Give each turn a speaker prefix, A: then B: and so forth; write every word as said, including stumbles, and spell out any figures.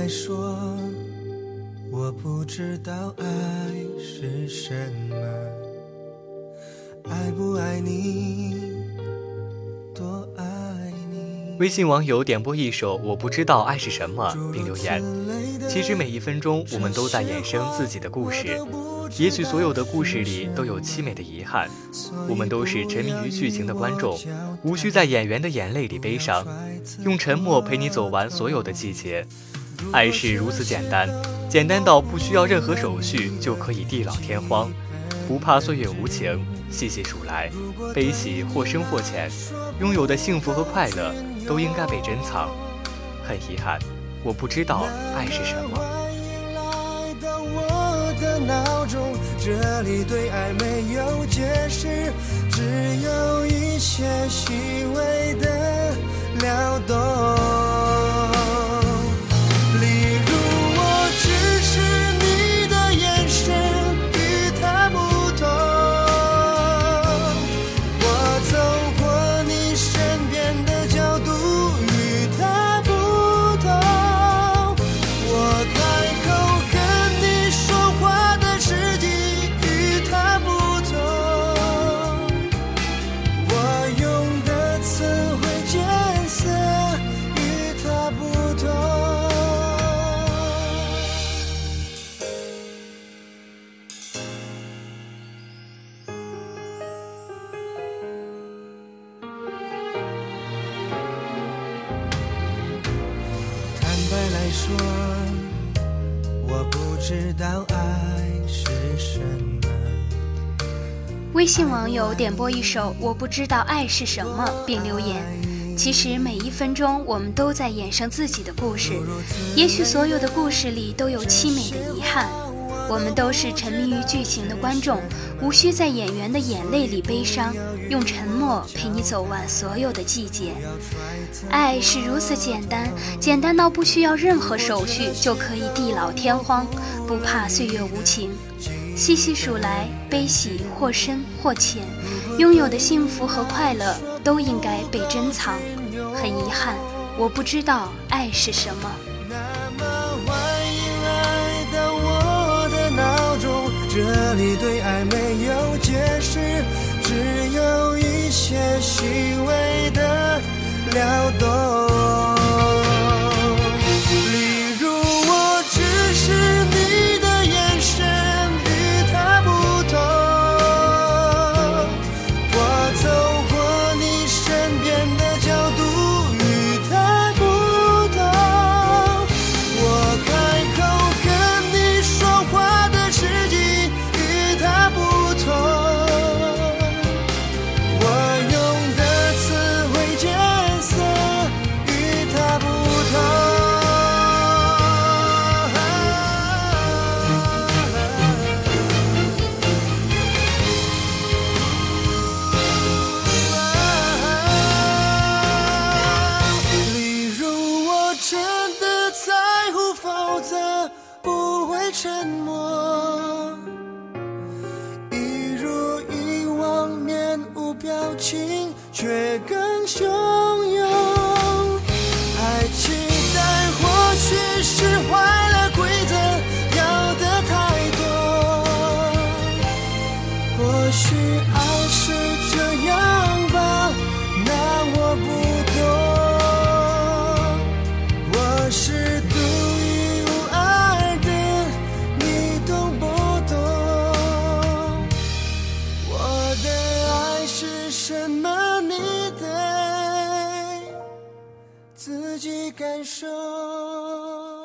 A: 来说，我不知道爱是什么，爱不爱你，多爱你。
B: 微信网友点播一首《我不知道爱是什么》并留言，其实每一分钟我们都在衍生自己的故事，也许所有的故事里都有凄美的遗憾，我们都是沉迷于剧情的观众，无需在演员的眼泪里悲伤，用沉默陪你走完所有的季节。爱是如此简单，简单到不需要任何手续就可以地老天荒，不怕岁月无情，细细数来，悲喜或深或浅，拥有的幸福和快乐都应该被珍藏。很遗憾，我不知道爱是什么。
A: 的闹钟，这里对爱没有解释，只有一些细微的撩动。例如我只是你的眼神与它不同，我走过你身边的角度与它不同，我开口说，我不知道爱是什么。
C: 微信网友点播一首《我不知道爱是什么》并留言，其实每一分钟我们都在衍生自己的故事，也许所有的故事里都有凄美的遗憾，我们都是沉迷于剧情的观众，无需在演员的眼泪里悲伤，用沉默陪你走完所有的季节。爱是如此简单，简单到不需要任何手续就可以地老天荒，不怕岁月无情。细细数来，悲喜或深或浅，拥有的幸福和快乐都应该被珍藏。很遗憾，我不知道爱是什么。
A: 那么欢迎来到我的闹钟，这里对爱没有解释，只有一些细微的撩动。例如我只是你的眼神与它不同，我走过你身边的角度与它不同，我开口跟你说话的时机与它不同，我用的词汇艰涩与它不同。例如我真的在乎，否则不会沉默，一如以往面无表情，却更汹涌。爱期待或许是坏了规则，要的太多，或许爱是这样吧，那我不懂，我是独一无二的，你懂不懂？我的爱是什么，你得自己感受。